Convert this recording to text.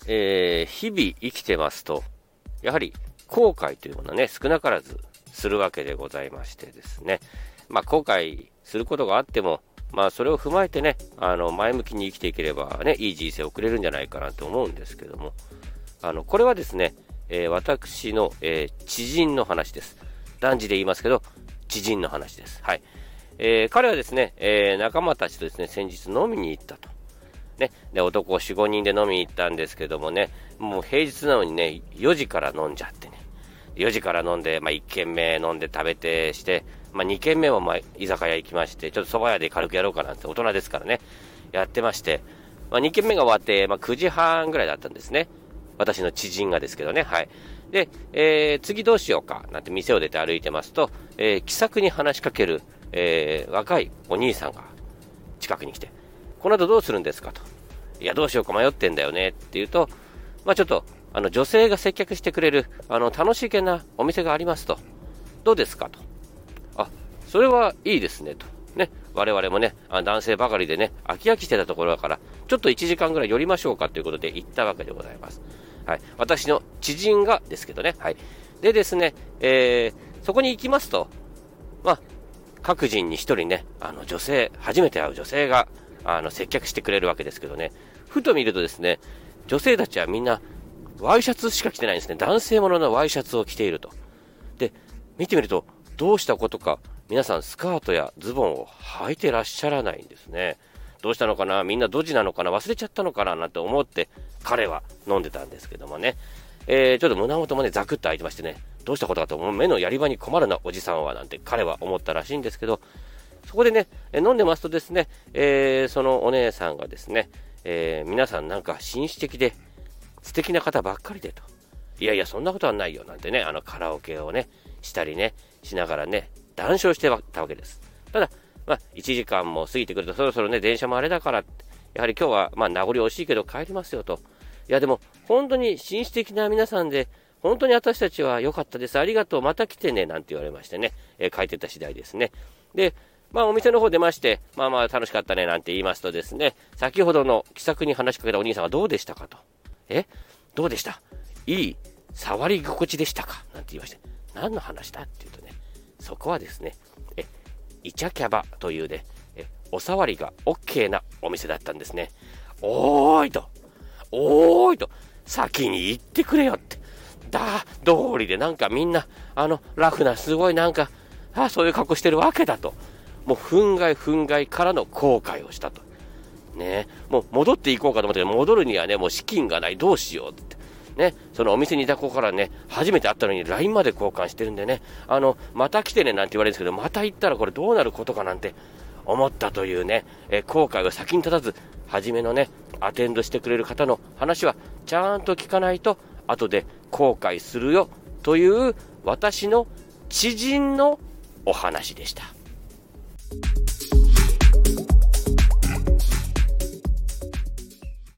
日々生きてますと、やはり後悔というものはね、少なからずするわけでございましてですね。後悔することがあっても、それを踏まえてね、前向きに生きていければね、いい人生を送れるんじゃないかなと思うんですけども、これはですね、私の、知人の話です。男児で言いますけど、知人の話です。はい。彼はですね、仲間たちとですね、先日飲みに行ったと。ね、で男4、5人で飲みに行ったんですけどもね、もう平日なのにね、4時から飲んじゃってね。4時から飲んで、1軒目飲んで食べてして、2軒目も居酒屋行きまして、ちょっと蕎麦屋で軽くやろうかなんて、大人ですからね、やってまして、2軒目が終わって、9時半ぐらいだったんですね。私の知人がですけどね、はい。で、次どうしようか、なんて店を出て歩いてますと、気さくに話しかける、若いお兄さんが近くに来て、この後どうするんですかと。いや、どうしようか迷ってんだよねって言うと、ちょっと、女性が接客してくれる、楽しげなお店がありますと。どうですかと。あ、それはいいですねと。ね、我々もね、男性ばかりでね、飽き飽きしてたところだから、ちょっと1時間ぐらい寄りましょうかということで行ったわけでございます。はい。私の知人がですけどね、はい。でですね、そこに行きますと、各人に一人ね、女性、初めて会う女性が、接客してくれるわけですけどね、ふと見るとですね、女性たちはみんな、ワイシャツしか着てないんですね。男性もののワイシャツを着ていると。で、見てみると、どうしたことか、皆さんスカートやズボンを履いてらっしゃらないんですね。どうしたのかな、みんなドジなのかな、忘れちゃったのかな、なんて思って、彼は飲んでたんですけどもね。ちょっと胸元もね、ザクッと開いてましてね、どうしたことかと、目のやり場に困るな、おじさんは、なんて彼は思ったらしいんですけど、そこでね、飲んでますとですね、そのお姉さんがですね、皆さんなんか紳士的で素敵な方ばっかりでと。いやいや、そんなことはないよ、なんてね、カラオケをね、したりね、しながらね、談笑してたわけです。ただ、1時間も過ぎてくると、そろそろね、電車もあれだから、やはり今日は、名残惜しいけど帰りますよと。いや、でも、本当に紳士的な皆さんで、本当に私たちは良かったです。ありがとう。また来てね。なんて言われましてね、帰ってった次第ですね。で、お店の方出まして、楽しかったね。なんて言いますとですね、先ほどの気さくに話しかけたお兄さんはどうでしたかと。どうでした？いい触り心地でしたかなんて言いまして、何の話だって言うとね、そこはですね、イチャキャバというね、お触りが OK なお店だったんですね。おーいと、先に行ってくれよって。通りでなんかみんな、ラフな、すごいなんか、そういう格好してるわけだと。もう憤慨からの後悔をしたと。ね、もう戻っていこうかと思ったけど、戻るにはね、もう資金がない、どうしようって。ね、そのお店にいた子からね、初めて会ったのに LINE まで交換してるんでね、また来てねなんて言われるんですけど、また行ったらこれどうなることかなんて思ったというね、後悔を先に立たず、初めのね、アテンドしてくれる方の話はちゃんと聞かないと、後で後悔するよという私の知人のお話でした。